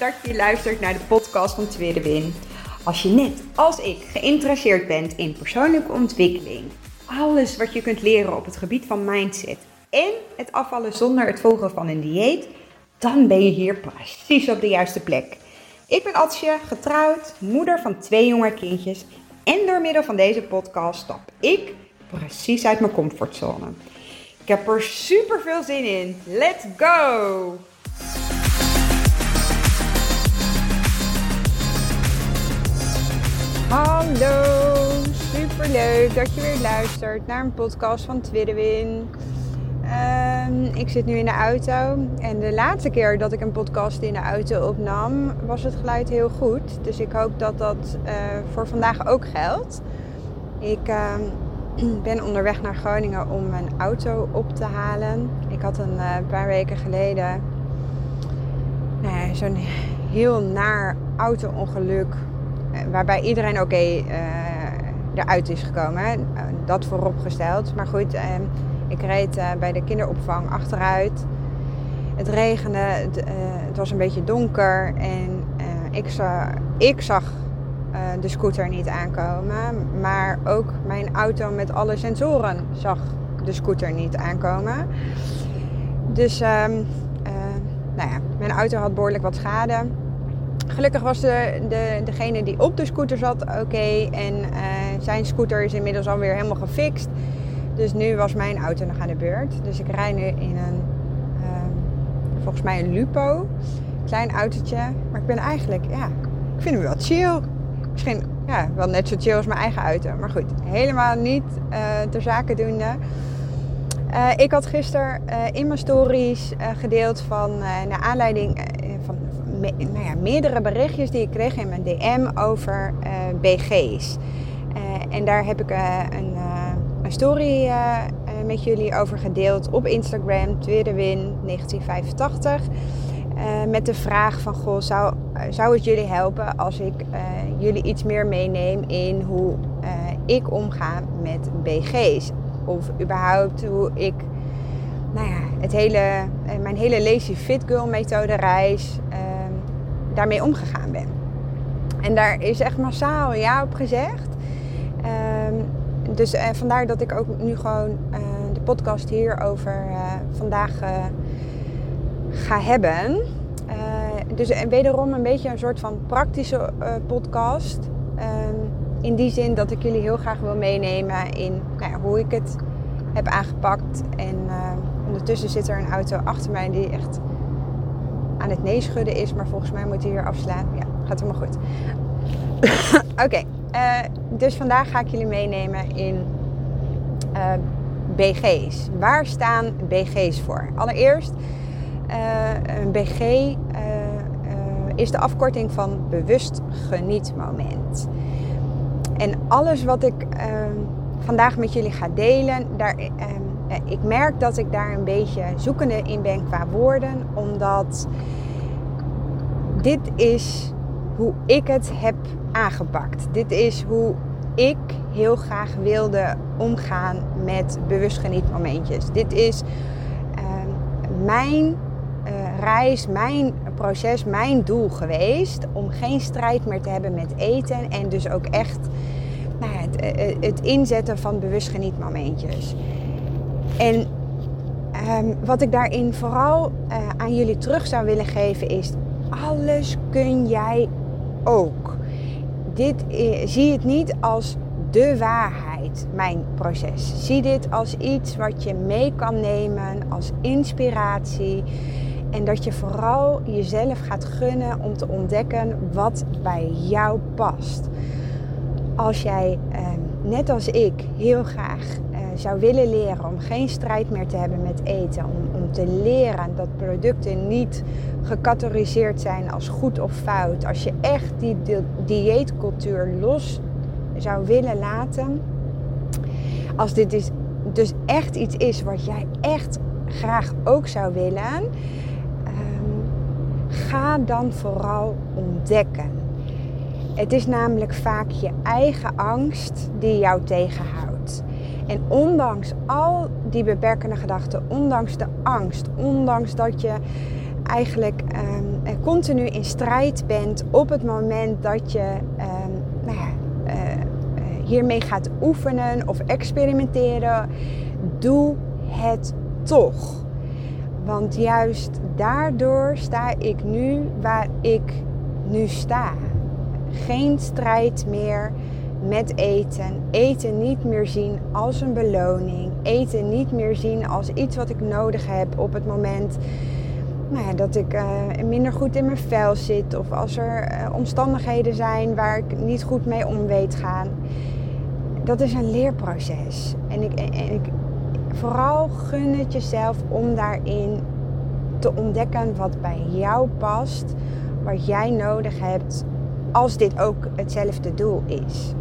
dat je luistert naar de podcast van Tweede Win. Als je net als ik geïnteresseerd bent in persoonlijke ontwikkeling, alles wat je kunt leren op het gebied van mindset en het afvallen zonder het volgen van een dieet, dan ben je hier precies op de juiste plek. Ik ben Atsje, getrouwd, moeder van 2 jonge kindjes en door middel van deze podcast stap ik precies uit mijn comfortzone. Ik heb er super veel zin in. Let's go! Hallo, superleuk dat je weer luistert naar een podcast van Tweede Win. Ik zit nu in de auto en de laatste keer dat ik een podcast in de auto opnam was het geluid heel goed. Dus ik hoop dat dat voor vandaag ook geldt. Ik ben onderweg naar Groningen om mijn auto op te halen. Ik had een paar weken geleden zo'n heel naar auto-ongeluk waarbij iedereen eruit is gekomen. Hè? Dat vooropgesteld. Maar goed, ik reed bij de kinderopvang achteruit. Het regende, het was een beetje donker en ik zag de scooter niet aankomen. Maar ook mijn auto met alle sensoren zag de scooter niet aankomen. Dus mijn auto had behoorlijk wat schade. Gelukkig was degene die op de scooter zat oké. En zijn scooter is inmiddels alweer helemaal gefixt. Dus nu was mijn auto nog aan de beurt. Dus ik rijd nu in volgens mij een Lupo. Klein autootje. Maar ik ben eigenlijk, ik vind hem wel chill. Misschien wel net zo chill als mijn eigen auto. Maar goed, helemaal niet ter zake doende. Ik had gisteren in mijn stories gedeeld naar aanleiding van meerdere berichtjes die ik kreeg in mijn DM over BG's. En daar heb ik een story met jullie over gedeeld op Instagram, Tweede Win 1985. Met de vraag van, goh, zou het jullie helpen als ik jullie iets meer meeneem in hoe ik omga met BG's? Of überhaupt hoe ik mijn hele Lazy Fit Girl methode reis daarmee omgegaan ben. En daar is echt massaal ja op gezegd. Dus vandaar dat ik ook nu gewoon de podcast hierover vandaag ga hebben. Dus wederom een beetje een soort van praktische podcast. In die zin dat ik jullie heel graag wil meenemen in hoe ik het heb aangepakt. En ondertussen zit er een auto achter mij die echt aan het neeschudden is. Maar volgens mij moet hij hier afslaan. Ja, gaat helemaal goed. Oké, dus vandaag ga ik jullie meenemen in BG's. Waar staan BG's voor? Allereerst, een BG is de afkorting van bewust genietmoment. En alles wat ik vandaag met jullie ga delen, ik merk dat ik daar een beetje zoekende in ben qua woorden. Omdat dit is hoe ik het heb aangepakt. Dit is hoe ik heel graag wilde omgaan met bewust genietmomentjes. Dit is mijn reis, mijn proces, mijn doel geweest om geen strijd meer te hebben met eten en dus ook echt het inzetten van bewust genietmomentjes. En wat ik daarin vooral aan jullie terug zou willen geven is, alles kun jij ook. Zie het niet als de waarheid, mijn proces. Zie dit als iets wat je mee kan nemen als inspiratie. En dat je vooral jezelf gaat gunnen om te ontdekken wat bij jou past. Als jij, net als ik, heel graag zou willen leren om geen strijd meer te hebben met eten. Om te leren dat producten niet gecategoriseerd zijn als goed of fout. Als je echt die dieetcultuur los zou willen laten. Als dit dus echt iets is wat jij echt graag ook zou willen. Ga dan vooral ontdekken. Het is namelijk vaak je eigen angst die jou tegenhoudt. En ondanks al die beperkende gedachten, ondanks de angst, ondanks dat je eigenlijk continu in strijd bent op het moment dat je hiermee gaat oefenen of experimenteren, doe het toch. Want juist daardoor sta ik nu waar ik nu sta. Geen strijd meer met eten. Eten niet meer zien als een beloning. Eten niet meer zien als iets wat ik nodig heb op het moment dat ik minder goed in mijn vel zit. Of als er omstandigheden zijn waar ik niet goed mee om weet gaan. Dat is een leerproces. En ik vooral gun het jezelf om daarin te ontdekken wat bij jou past. Wat jij nodig hebt als dit ook hetzelfde doel is.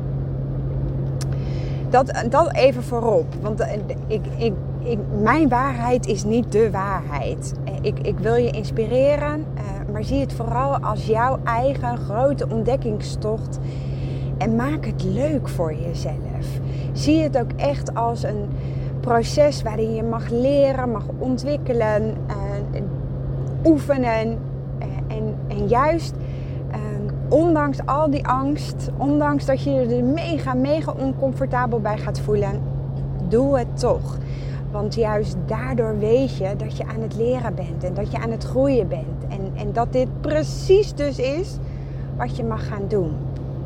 Dat even voorop. Want mijn waarheid is niet de waarheid. Ik wil je inspireren. Maar zie het vooral als jouw eigen grote ontdekkingstocht. En maak het leuk voor jezelf. Zie het ook echt als een proces waarin je mag leren, mag ontwikkelen, oefenen. En juist ondanks al die angst, ondanks dat je je er mega oncomfortabel bij gaat voelen, doe het toch. Want juist daardoor weet je dat je aan het leren bent en dat je aan het groeien bent. En dat dit precies dus is wat je mag gaan doen.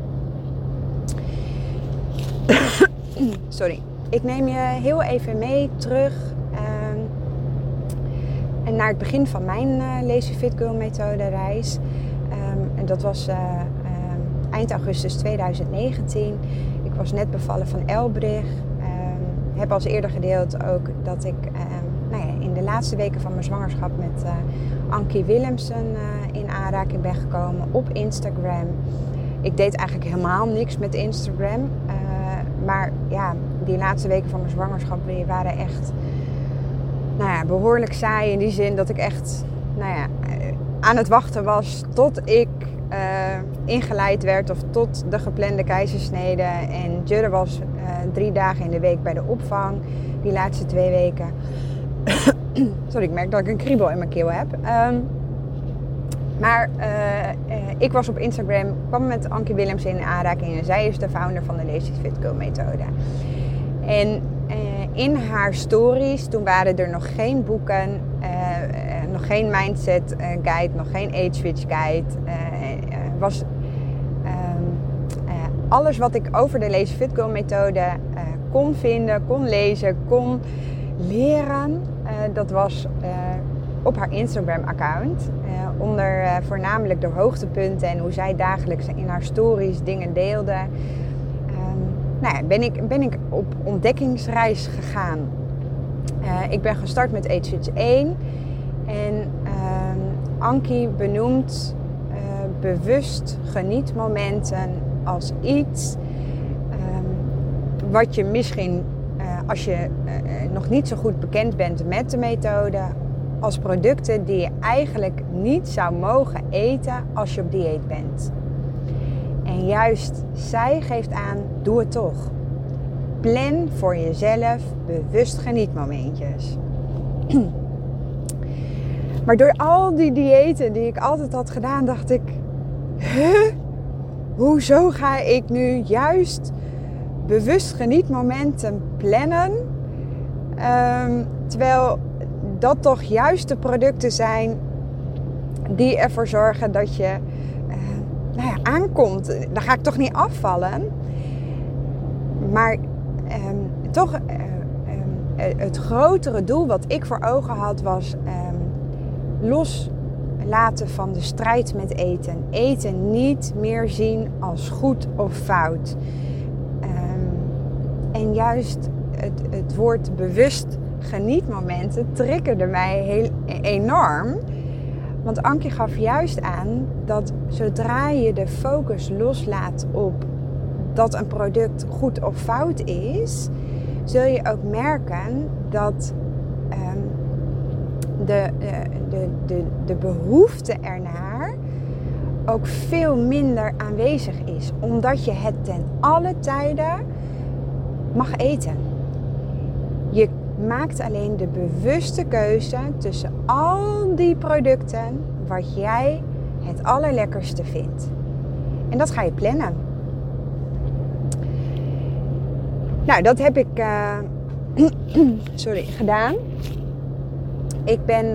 Sorry. Ik neem je heel even mee terug en naar het begin van mijn Lazy Fit Girl methode reis. En dat was eind augustus 2019. Ik was net bevallen van Elbrich. Heb als eerder gedeeld ook dat ik in de laatste weken van mijn zwangerschap met Ankie Willemsen in aanraking ben gekomen op Instagram. Ik deed eigenlijk helemaal niks met Instagram. Maar ja, die laatste weken van mijn zwangerschap waren echt behoorlijk saai. In die zin dat ik echt aan het wachten was tot ik ingeleid werd of tot de geplande keizersnede. En Jurre was 3 dagen in de week bij de opvang. Die laatste 2 weken. Sorry, ik merk dat ik een kriebel in mijn keel heb. Maar ik was op Instagram, kwam met Ankie Willems in aanraking. En zij is de founder van de Lazy Fit Girl methode. En in haar stories, toen waren er nog geen boeken, nog geen mindset guide, nog geen age switch guide. Was alles wat ik over de Lazy Fit Girl methode kon vinden, kon lezen, kon leren. Dat was op haar Instagram account. Onder voornamelijk de hoogtepunten en hoe zij dagelijks in haar stories dingen deelde. Ben ik op ontdekkingsreis gegaan. Ik ben gestart met Age Switch 1. En Ankie benoemt bewust genietmomenten als iets wat je misschien, als je nog niet zo goed bekend bent met de methode, als producten die je eigenlijk niet zou mogen eten als je op dieet bent. En juist zij geeft aan, doe het toch. Plan voor jezelf bewust genietmomentjes. Maar door al die diëten die ik altijd had gedaan, dacht ik, hoezo ga ik nu juist bewust genietmomenten plannen? Terwijl dat toch juist de producten zijn die ervoor zorgen dat je aankomt. Dan ga ik toch niet afvallen. Maar toch het grotere doel wat ik voor ogen had was loslaten van de strijd met eten. Eten niet meer zien als goed of fout. En juist het woord bewust genietmomenten triggerde mij heel enorm. Want Ankie gaf juist aan dat zodra je de focus loslaat op dat een product goed of fout is, zul je ook merken dat de behoefte ernaar ook veel minder aanwezig is. Omdat je het ten alle tijden mag eten. Je maakt alleen de bewuste keuze tussen al die producten wat jij het allerlekkerste vindt. En dat ga je plannen. Nou, dat heb ik gedaan. Ik ben,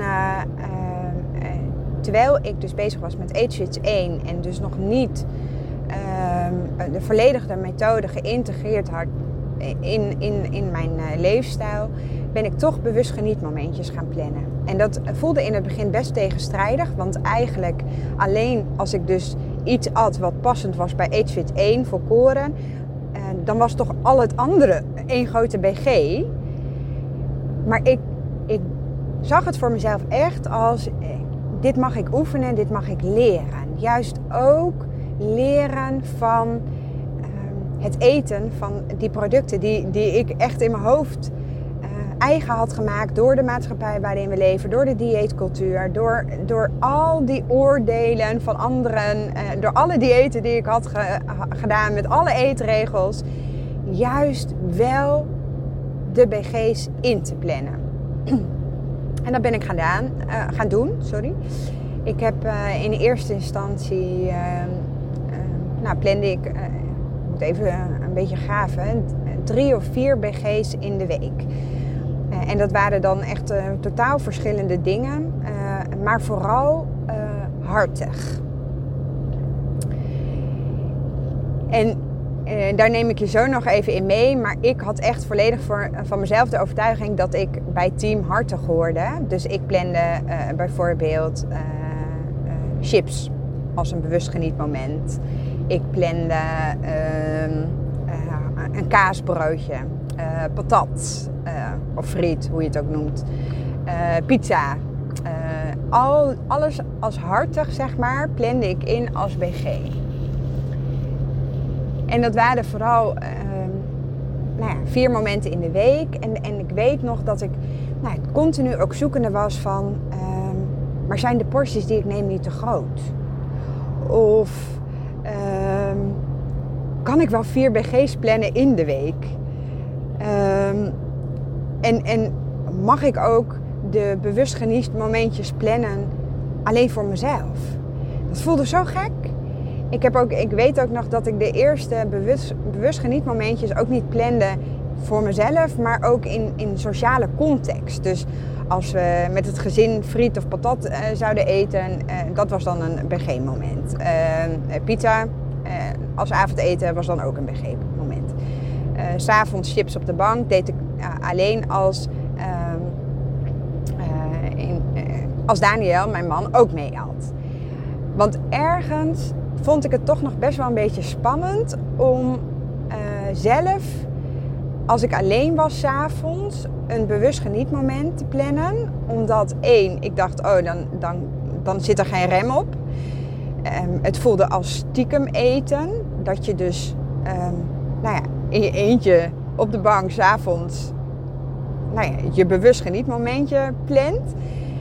terwijl ik dus bezig was met Eat Switch 1 en dus nog niet de volledige methode geïntegreerd had in mijn leefstijl, ben ik toch bewust genietmomentjes gaan plannen. En dat voelde in het begin best tegenstrijdig, want eigenlijk alleen als ik dus iets at wat passend was bij Eat Switch 1 volkoren, dan was toch al het andere één grote BG. Maar ik zag het voor mezelf echt als, dit mag ik oefenen, dit mag ik leren. Juist ook leren van het eten van die producten die ik echt in mijn hoofd eigen had gemaakt door de maatschappij waarin we leven, door de dieetcultuur, door al die oordelen van anderen, door alle diëten die ik had gedaan met alle eetregels, juist wel de BG's in te plannen. En dat ben ik gaan doen. Ik heb in de eerste instantie, plande ik, ik moet even een beetje graven, 3 of 4 BG's in de week. En dat waren dan echt totaal verschillende dingen, maar vooral hartig. En daar neem ik je zo nog even in mee, maar ik had echt volledig van mezelf de overtuiging dat ik bij Team Hartig hoorde. Dus ik plande bijvoorbeeld chips als een bewust genietmoment. Ik plande een kaasbroodje, patat of friet, hoe je het ook noemt, pizza. Alles als hartig, zeg maar, plande ik in als BG. En dat waren vooral 4 momenten in de week. En ik weet nog dat ik continu ook zoekende was van, maar zijn de porties die ik neem niet te groot? Of kan ik wel 4 BG's plannen in de week? En mag ik ook de bewust genietmomentjes plannen alleen voor mezelf? Dat voelde zo gek. Ik weet ook nog dat ik de eerste bewust genietmomentjes ook niet plande voor mezelf, maar ook in sociale context. Dus als we met het gezin friet of patat zouden eten, dat was dan een BG-moment. Pizza als avondeten was dan ook een BG-moment. 's Avonds chips op de bank deed ik alleen als Daniel, mijn man, ook mee had. Want ergens vond ik het toch nog best wel een beetje spannend om zelf, als ik alleen was 's avonds, een bewust genietmoment te plannen. Omdat ik dacht, dan zit er geen rem op. Het voelde als stiekem eten. Dat je dus in je eentje op de bank 's avonds je bewust genietmomentje plant.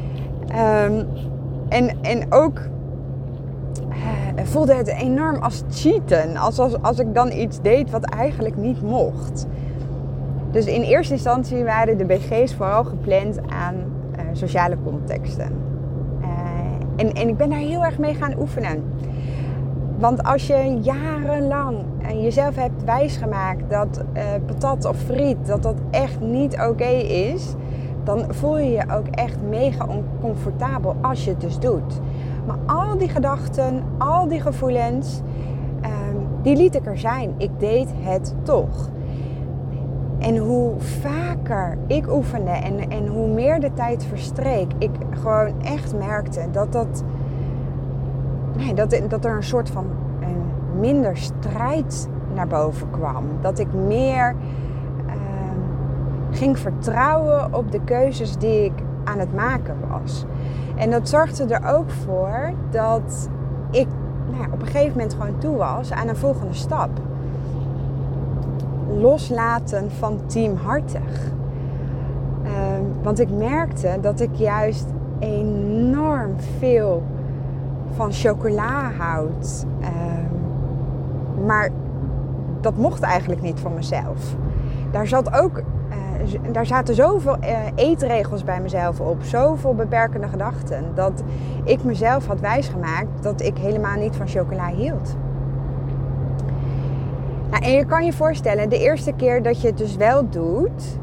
En ook voelde het enorm als cheaten. Als ik dan iets deed wat eigenlijk niet mocht. Dus in eerste instantie waren de BG's vooral gepland aan sociale contexten. En ik ben daar heel erg mee gaan oefenen. Want als je jarenlang jezelf hebt wijsgemaakt dat patat of friet, dat echt niet oké is, dan voel je je ook echt mega oncomfortabel als je het dus doet. Maar al die gedachten, al die gevoelens, die liet ik er zijn. Ik deed het toch. En hoe vaker ik oefende en hoe meer de tijd verstreek, ik gewoon echt merkte dat er een soort van minder strijd naar boven kwam. Dat ik meer ging vertrouwen op de keuzes die ik aan het maken was. En dat zorgde er ook voor dat ik op een gegeven moment gewoon toe was aan een volgende stap. Loslaten van Team Hartig. Want ik merkte dat ik juist enorm veel van chocola houd. Maar dat mocht eigenlijk niet van mezelf. Daar zat ook daar zaten zoveel eetregels bij mezelf op. Zoveel beperkende gedachten. Dat ik mezelf had wijsgemaakt dat ik helemaal niet van chocola hield. Nou, en je kan je voorstellen, de eerste keer dat je het dus wel doet...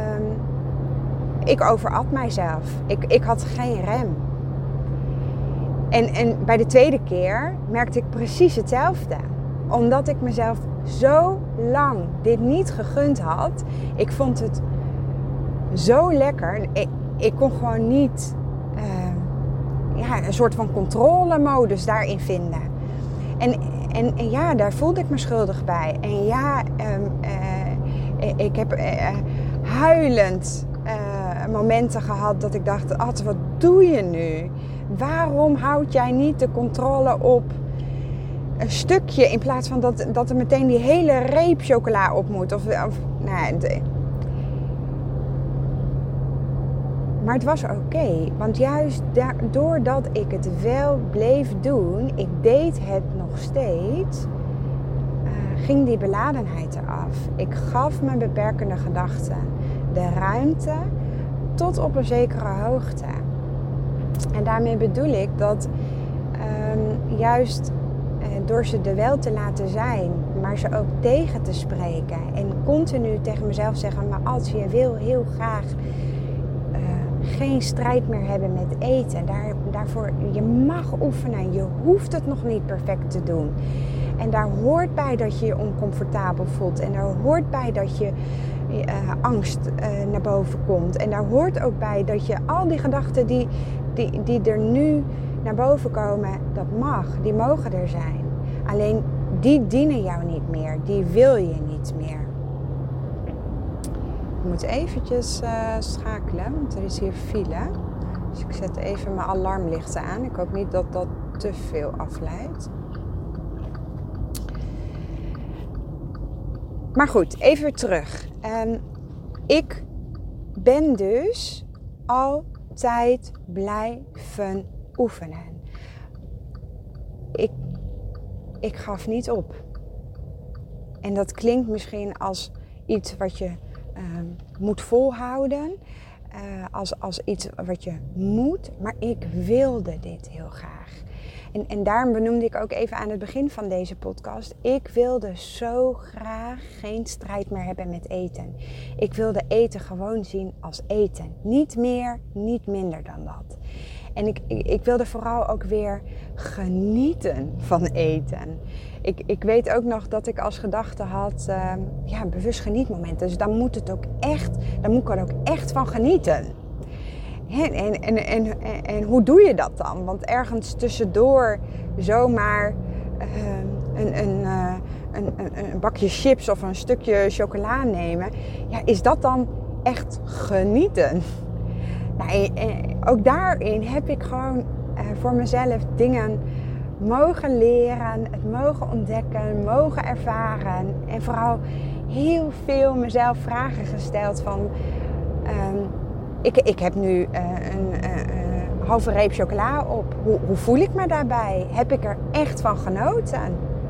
ik overat mijzelf. Ik had geen rem. En bij de tweede keer merkte ik precies hetzelfde. Omdat ik mezelf zo lang dit niet gegund had. Ik vond het zo lekker. Ik kon gewoon niet een soort van controlemodus daarin vinden. En ja, daar voelde ik me schuldig bij. En ja, ik heb huilend momenten gehad dat ik dacht... Ad, wat doe je nu? Waarom houd jij niet de controle op een stukje... in plaats van dat er meteen die hele reep chocola op moet? Maar het was oké. Want juist doordat ik het wel bleef doen... ik deed het nog steeds... ging die beladenheid eraf. Ik gaf mijn beperkende gedachten de ruimte... tot op een zekere hoogte. En daarmee bedoel ik dat juist door ze er wel te laten zijn, maar ze ook tegen te spreken en continu tegen mezelf zeggen, maar als je wil heel graag geen strijd meer hebben met eten, daarvoor, je mag oefenen, je hoeft het nog niet perfect te doen. En daar hoort bij dat je je oncomfortabel voelt en daar hoort bij dat je angst naar boven komt. En daar hoort ook bij dat je al die gedachten die er nu naar boven komen, dat mag. Die mogen er zijn. Alleen die dienen jou niet meer. Die wil je niet meer. Ik moet eventjes schakelen, want er is hier file. Dus ik zet even mijn alarmlichten aan. Ik hoop niet dat dat te veel afleidt. Maar goed, even weer terug. Ik ben dus altijd blijven oefenen. Ik gaf niet op. En dat klinkt misschien als iets wat je moet volhouden. Als iets wat je moet. Maar ik wilde dit heel graag. En daarom benoemde ik ook even aan het begin van deze podcast. Ik wilde zo graag geen strijd meer hebben met eten. Ik wilde eten gewoon zien als eten. Niet meer, niet minder dan dat. En ik wilde vooral ook weer genieten van eten. Ik weet ook nog dat ik als gedachte had, bewust genietmomenten. Dus dan moet ik er ook echt van genieten. En hoe doe je dat dan? Want ergens tussendoor zomaar een bakje chips of een stukje chocola nemen. Ja, is dat dan echt genieten? Nou, ook daarin heb ik gewoon voor mezelf dingen mogen leren, het mogen ontdekken, mogen ervaren. En vooral heel veel mezelf vragen gesteld van... Ik heb nu een halve reep chocola op. Hoe voel ik me daarbij? Heb ik er echt van genoten?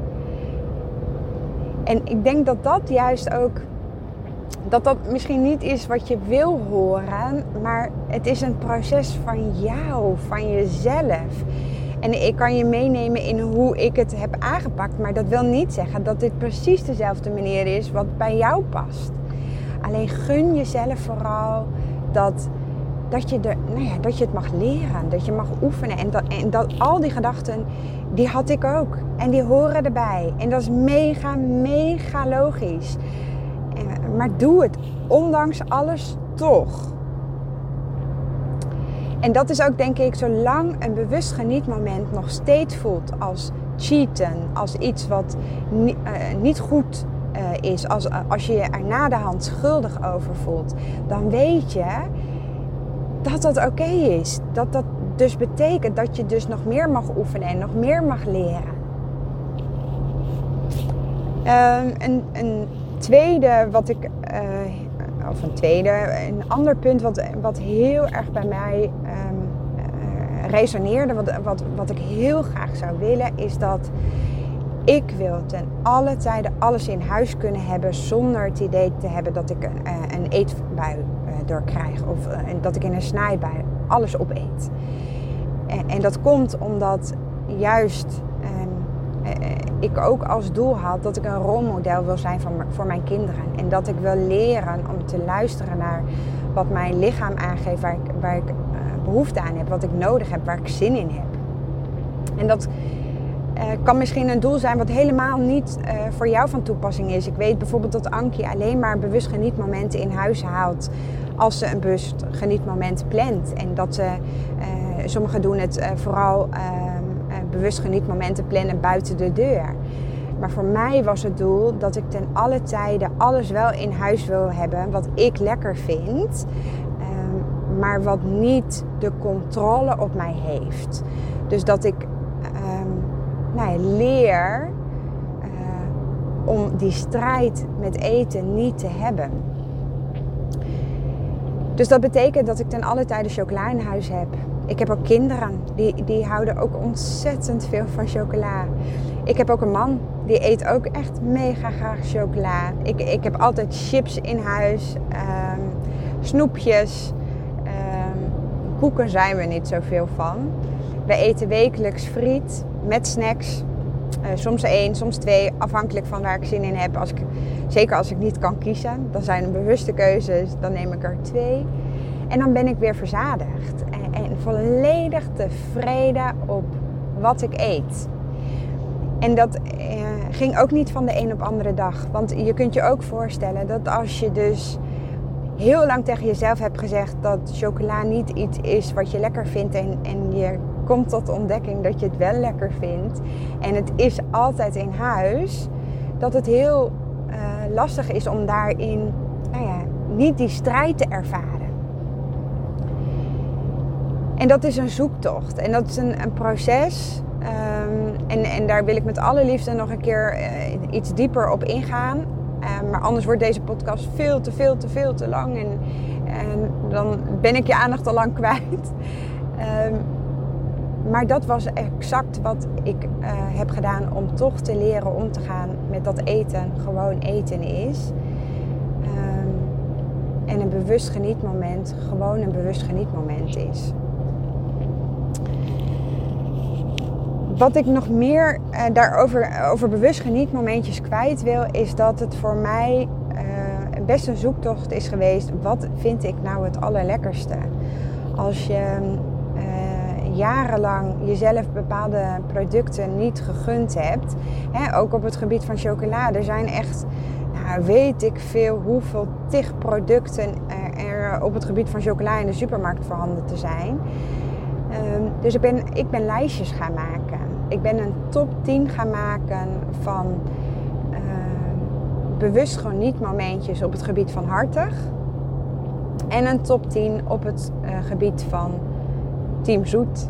En ik denk dat dat juist ook... Dat misschien niet is wat je wil horen. Maar het is een proces van jou, van jezelf. En ik kan je meenemen in hoe ik het heb aangepakt. Maar dat wil niet zeggen dat dit precies dezelfde manier is wat bij jou past. Alleen gun jezelf vooral... Dat je het mag leren, dat je mag oefenen. En dat al die gedachten, die had ik ook. En die horen erbij. En dat is mega, mega logisch. Maar doe het, ondanks alles toch. En dat is ook, denk ik, zolang een bewust genietmoment nog steeds voelt als cheaten. Als iets wat niet goed is. Als je je er na de hand schuldig over voelt. Dan weet je dat dat oké is. Dat dus betekent dat je dus nog meer mag oefenen en nog meer mag leren. Een ander punt wat heel erg bij mij resoneerde, wat ik heel graag zou willen, is dat ik wil ten alle tijden alles in huis kunnen hebben zonder het idee te hebben dat ik een eetbui doorkrijg. Of dat ik in een snijbui alles opeet. En dat komt omdat juist ik ook als doel had dat ik een rolmodel wil zijn voor mijn kinderen. En dat ik wil leren om te luisteren naar wat mijn lichaam aangeeft, waar ik behoefte aan heb, wat ik nodig heb, waar ik zin in heb. En dat kan misschien een doel zijn wat helemaal niet voor jou van toepassing is. Ik weet bijvoorbeeld dat Ankie alleen maar bewust genietmomenten in huis haalt als ze een bewust genietmoment plant. En dat ze, sommigen doen het vooral bewust genietmomenten plannen buiten de deur. Maar voor mij was het doel dat ik ten alle tijden alles wel in huis wil hebben wat ik lekker vind. Maar wat niet de controle op mij heeft. Dus dat ik leer om die strijd met eten niet te hebben. Dus dat betekent dat ik ten alle tijde chocola in huis heb. Ik heb ook kinderen, die houden ook ontzettend veel van chocola. Ik heb ook een man, die eet ook echt mega graag chocola. Ik heb altijd chips in huis, snoepjes, koeken zijn we niet zoveel van. We eten wekelijks friet met snacks. Soms 1, soms 2, afhankelijk van waar ik zin in heb. Zeker als ik niet kan kiezen, dan zijn er bewuste keuzes, dan neem ik er 2. En dan ben ik weer verzadigd en volledig tevreden op wat ik eet. En dat ging ook niet van de een op andere dag. Want je kunt je ook voorstellen dat als je dus heel lang tegen jezelf hebt gezegd dat chocola niet iets is wat je lekker vindt en je komt tot de ontdekking dat je het wel lekker vindt en het is altijd in huis, dat het heel lastig is om daarin niet die strijd te ervaren. En dat is een zoektocht en dat is een proces. En daar wil ik met alle liefde nog een keer iets dieper op ingaan. Maar anders wordt deze podcast veel te lang. En dan ben ik je aandacht al lang kwijt. Maar dat was exact wat ik heb gedaan om toch te leren om te gaan met dat eten gewoon eten is. En een bewust genietmoment gewoon een bewust genietmoment is. Wat ik nog meer over bewust genietmomentjes kwijt wil, is dat het voor mij best een zoektocht is geweest. Wat vind ik nou het allerlekkerste? Als je jarenlang jezelf bepaalde producten niet gegund hebt, ook op het gebied van chocola, er zijn echt, weet ik veel hoeveel tig producten er op het gebied van chocola in de supermarkt voorhanden te zijn. Dus ik ben lijstjes gaan maken. Ik ben een top 10 gaan maken van bewust genietmomentjes op het gebied van hartig. En een top 10 op het gebied van team zoet.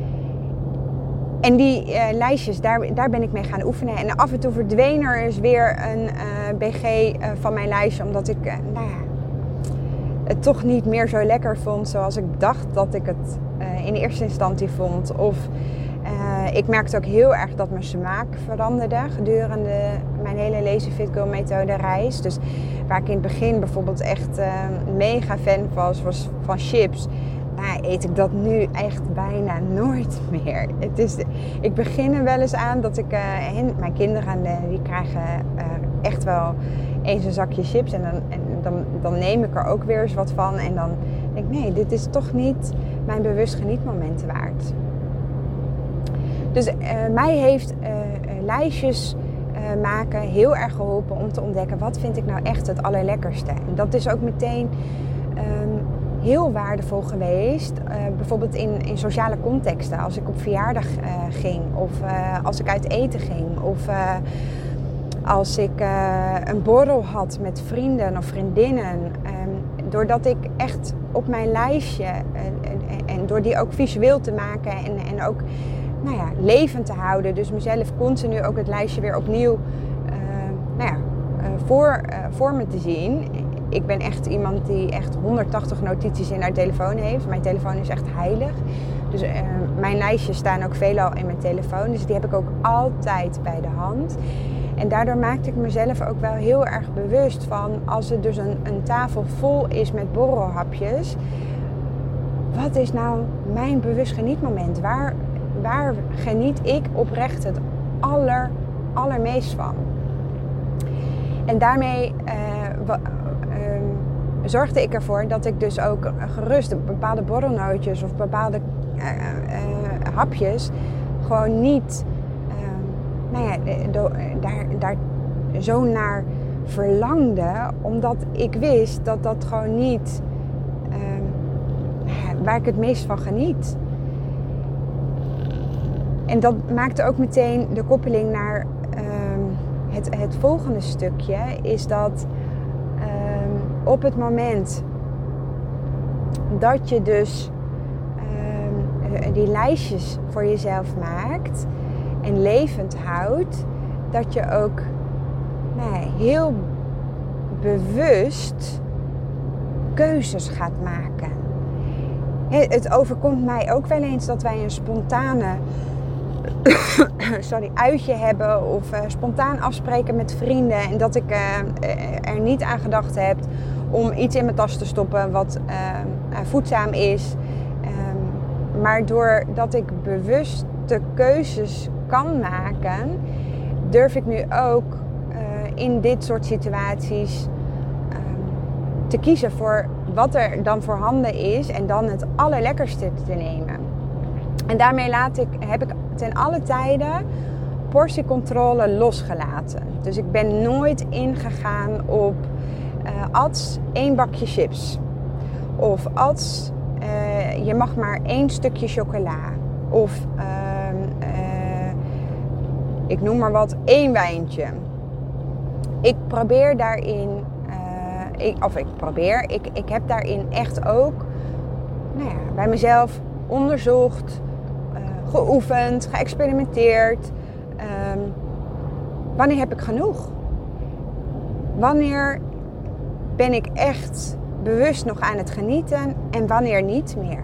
En die lijstjes, daar ben ik mee gaan oefenen. En af en toe verdween er eens weer een BG van mijn lijstje. Omdat ik het toch niet meer zo lekker vond zoals ik dacht dat ik het in eerste instantie vond. Of ik merkte ook heel erg dat mijn smaak veranderde gedurende mijn hele Lazy Fit Girl methode reis. Dus waar ik in het begin bijvoorbeeld echt mega fan was van chips. Eet ik dat nu echt bijna nooit meer. Ik begin er wel eens aan dat ik mijn kinderen die krijgen echt wel eens een zakje chips. En dan neem ik er ook weer eens wat van. En dan denk ik, nee, dit is toch niet mijn bewust genietmomenten waard. Dus mij heeft lijstjes maken heel erg geholpen om te ontdekken, wat vind ik nou echt het allerlekkerste. En dat is ook meteen heel waardevol geweest. Bijvoorbeeld in sociale contexten. Als ik op verjaardag ging. Of als ik uit eten ging. Of als ik een borrel had met vrienden of vriendinnen. Doordat ik echt op mijn lijstje. En door die ook visueel te maken. En ook levend te houden. Dus mezelf continu ook het lijstje weer opnieuw voor me te zien. Ik ben echt iemand die echt 180 notities in haar telefoon heeft. Mijn telefoon is echt heilig. Dus mijn lijstjes staan ook veelal in mijn telefoon. Dus die heb ik ook altijd bij de hand. En daardoor maakte ik mezelf ook wel heel erg bewust van... als er dus een tafel vol is met borrelhapjes... wat is nou mijn bewust genietmoment? Waar geniet ik oprecht het allermeest van? En daarmee zorgde ik ervoor dat ik dus ook gerust bepaalde borrelnootjes of bepaalde hapjes gewoon niet daar zo naar verlangde, omdat ik wist dat dat gewoon niet waar ik het meest van geniet. En dat maakte ook meteen de koppeling naar het volgende stukje, is dat op het moment dat je dus die lijstjes voor jezelf maakt en levend houdt, dat je ook heel bewust keuzes gaat maken. Het overkomt mij ook wel eens dat wij een spontane uitje hebben of spontaan afspreken met vrienden en dat ik er niet aan gedacht heb om iets in mijn tas te stoppen wat voedzaam is. Maar doordat ik bewuste keuzes kan maken, durf ik nu ook in dit soort situaties te kiezen voor wat er dan voorhanden is en dan het allerlekkerste te nemen. En daarmee heb ik ten alle tijden portiecontrole losgelaten. Dus ik ben nooit ingegaan op Ads 1 bakje chips. Of Ads, je mag maar 1 stukje chocola. Of ik noem maar wat, 1 wijntje. Ik probeer daarin, ik heb daarin echt ook bij mezelf onderzocht, geoefend, geëxperimenteerd. Wanneer heb ik genoeg? Wanneer ben ik echt bewust nog aan het genieten en wanneer niet meer?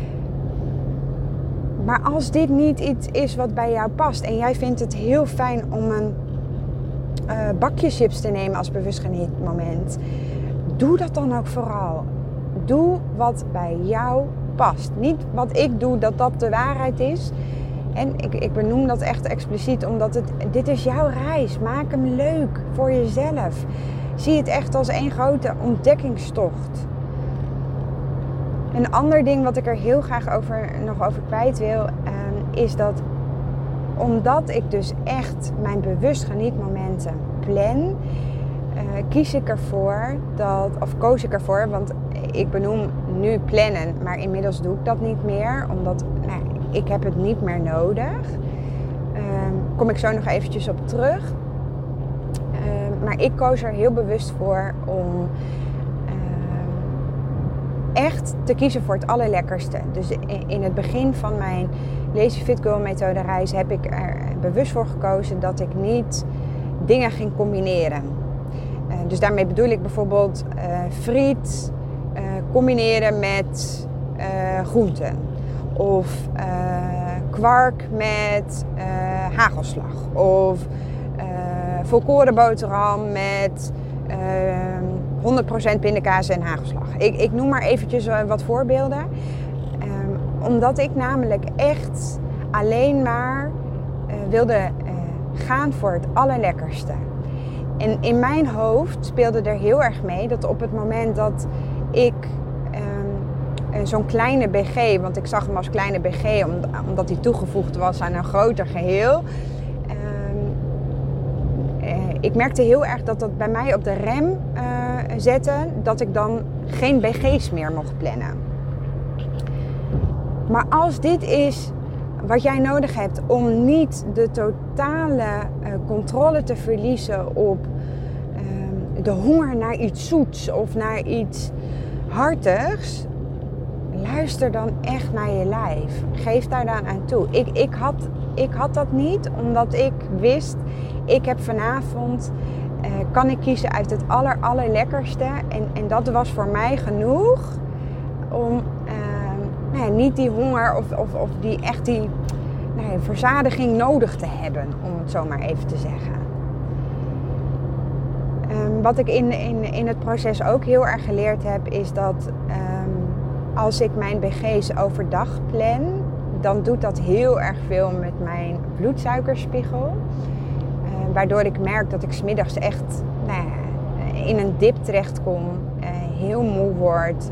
Maar als dit niet iets is wat bij jou past en jij vindt het heel fijn om een bakje chips te nemen als bewust genietmoment, doe dat dan ook vooral. Doe wat bij jou past. Niet wat ik doe, dat de waarheid is. En ik benoem dat echt expliciet, omdat dit is jouw reis. Maak hem leuk voor jezelf. Zie het echt als één grote ontdekkingstocht. Een ander ding wat ik er heel graag nog over kwijt wil, is dat omdat ik dus echt mijn bewust genietmomenten plan, koos ik ervoor, want ik benoem nu plannen, maar inmiddels doe ik dat niet meer, omdat ik heb het niet meer nodig. Kom ik zo nog eventjes op terug. Maar ik koos er heel bewust voor om echt te kiezen voor het allerlekkerste. Dus in het begin van mijn Lazy Fit Girl methode reis heb ik er bewust voor gekozen dat ik niet dingen ging combineren. Dus daarmee bedoel ik bijvoorbeeld friet combineren met groenten. Of kwark met hagelslag. Of volkoren boterham met 100% pindakaas en hagelslag. Ik noem maar eventjes wat voorbeelden. Omdat ik namelijk echt alleen maar wilde gaan voor het allerlekkerste. En in mijn hoofd speelde er heel erg mee dat op het moment dat ik zo'n kleine BG, want ik zag hem als kleine BG omdat hij toegevoegd was aan een groter geheel. Ik merkte heel erg dat dat bij mij op de rem zette, dat ik dan geen BG's meer mocht plannen. Maar als dit is wat jij nodig hebt om niet de totale controle te verliezen op de honger naar iets zoets of naar iets hartigs, luister dan echt naar je lijf. Geef daar dan aan toe. Ik had dat niet, omdat ik wist, ik heb vanavond, kan ik kiezen uit het allerlekkerste. En dat was voor mij genoeg om niet die honger of die verzadiging nodig te hebben, om het zo maar even te zeggen. Wat ik in het proces ook heel erg geleerd heb, is dat als ik mijn BG's overdag plan, dan doet dat heel erg veel met mijn bloedsuikerspiegel. Waardoor ik merk dat ik 's middags echt in een dip terechtkom, heel moe word.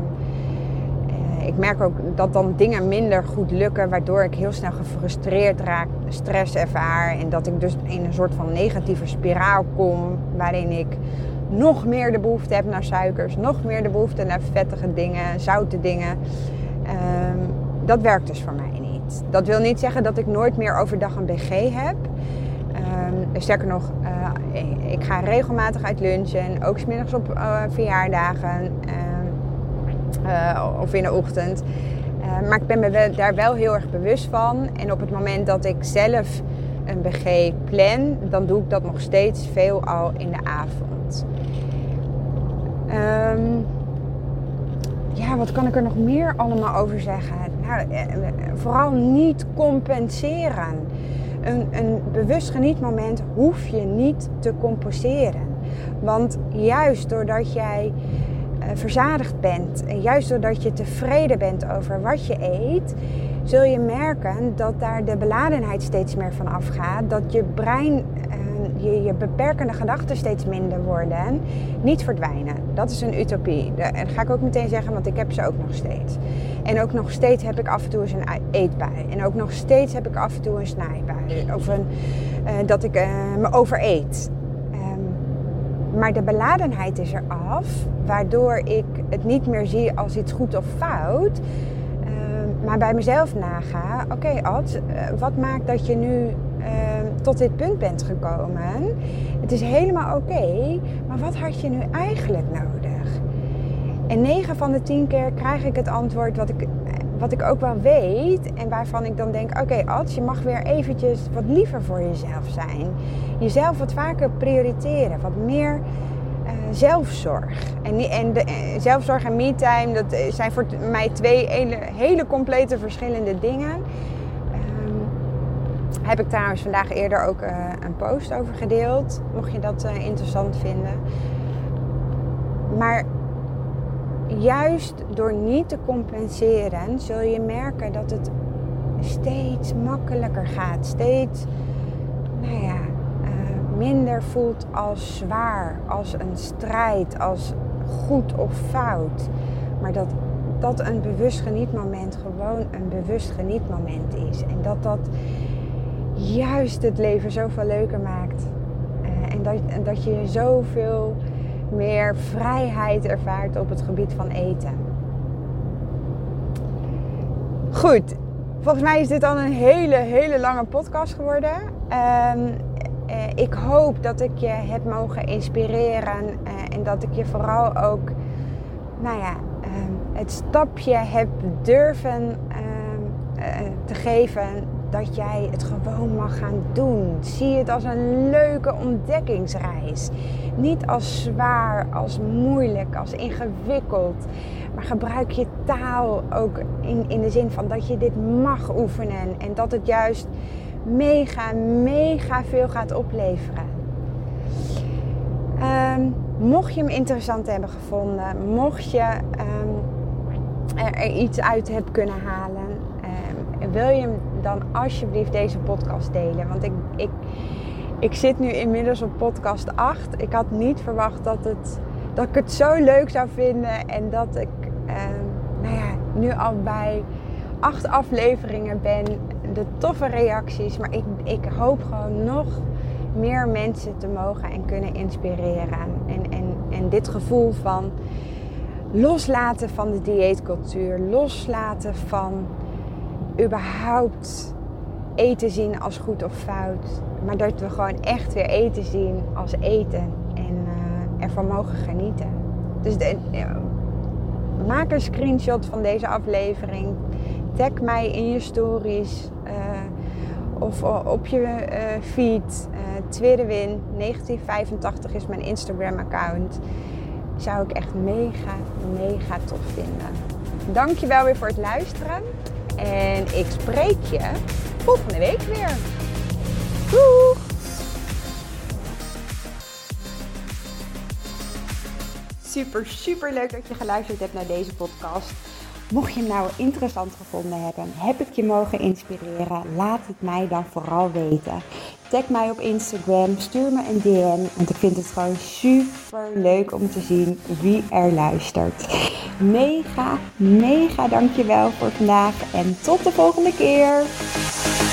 Ik merk ook dat dan dingen minder goed lukken, waardoor ik heel snel gefrustreerd raak, stress ervaar. En dat ik dus in een soort van negatieve spiraal kom, waarin ik nog meer de behoefte heb naar suikers, nog meer de behoefte naar vettige dingen, zoute dingen. Dat werkt dus voor mij niet. Dat wil niet zeggen dat ik nooit meer overdag een BG heb. Sterker nog, ik ga regelmatig uit lunchen, ook 's middags op verjaardagen of in de ochtend. Maar ik ben me daar wel heel erg bewust van. En op het moment dat ik zelf een BG plan, dan doe ik dat nog steeds veelal in de avond. Wat kan ik er nog meer allemaal over zeggen? Vooral niet compenseren. Een bewust genietmoment hoef je niet te compenseren. Want juist doordat jij verzadigd bent en juist doordat je tevreden bent over wat je eet, zul je merken dat daar de beladenheid steeds meer van afgaat. Dat je brein, je beperkende gedachten steeds minder worden, niet verdwijnen. Dat is een utopie. Dat ga ik ook meteen zeggen, want ik heb ze ook nog steeds. En ook nog steeds heb ik af en toe eens een eetbui. En ook nog steeds heb ik af en toe een snijbui. Of dat ik me overeet. Maar de beladenheid is eraf, waardoor ik het niet meer zie als iets goed of fout. Maar bij mezelf naga, oké, Ad, wat maakt dat je nu tot dit punt bent gekomen? Het is helemaal oké, maar wat had je nu eigenlijk nodig? En 9 van de 10 keer krijg ik het antwoord wat ik ook wel weet en waarvan ik dan denk, oké, Ad, je mag weer eventjes wat liever voor jezelf zijn. Jezelf wat vaker prioriteren, wat meer zelfzorg. En zelfzorg en me-time, dat zijn voor mij 2 hele complete verschillende dingen. Heb ik trouwens vandaag eerder ook een post over gedeeld, mocht je dat interessant vinden. Maar juist door niet te compenseren, zul je merken dat het steeds makkelijker gaat. Steeds, minder voelt als zwaar, als een strijd, als goed of fout. Maar dat een bewust genietmoment gewoon een bewust genietmoment is. En dat juist het leven zoveel leuker maakt. En dat je zoveel meer vrijheid ervaart op het gebied van eten. Goed, volgens mij is dit al een hele lange podcast geworden. Ik hoop dat ik je heb mogen inspireren en dat ik je vooral ook het stapje heb durven te geven dat jij het gewoon mag gaan doen. Zie het als een leuke ontdekkingsreis. Niet als zwaar, als moeilijk, als ingewikkeld. Maar gebruik je taal ook in de zin van dat je dit mag oefenen. En dat het juist mega veel gaat opleveren. Mocht je hem interessant hebben gevonden, mocht je er iets uit hebben kunnen halen, wil je dan alsjeblieft deze podcast delen. Want ik zit nu inmiddels op podcast 8. Ik had niet verwacht dat ik het zo leuk zou vinden. En dat ik nu al bij 8 afleveringen ben. De toffe reacties. Maar ik hoop gewoon nog meer mensen te mogen en kunnen inspireren. En dit gevoel van loslaten van de dieetcultuur. Loslaten van überhaupt eten zien als goed of fout. Maar dat we gewoon echt weer eten zien als eten. En ervan mogen genieten. Dus maak een screenshot van deze aflevering. Tag mij in je stories. Of op je feed. Twirrewin 1985 is mijn Instagram account. Zou ik echt mega tof vinden. Dankjewel weer voor het luisteren. En ik spreek je volgende week weer. Doeg! Super leuk dat je geluisterd hebt naar deze podcast. Mocht je hem nou interessant gevonden hebben, heb ik je mogen inspireren, laat het mij dan vooral weten. Tag mij op Instagram, stuur me een DM, want ik vind het gewoon super leuk om te zien wie er luistert. Mega dankjewel voor vandaag en tot de volgende keer.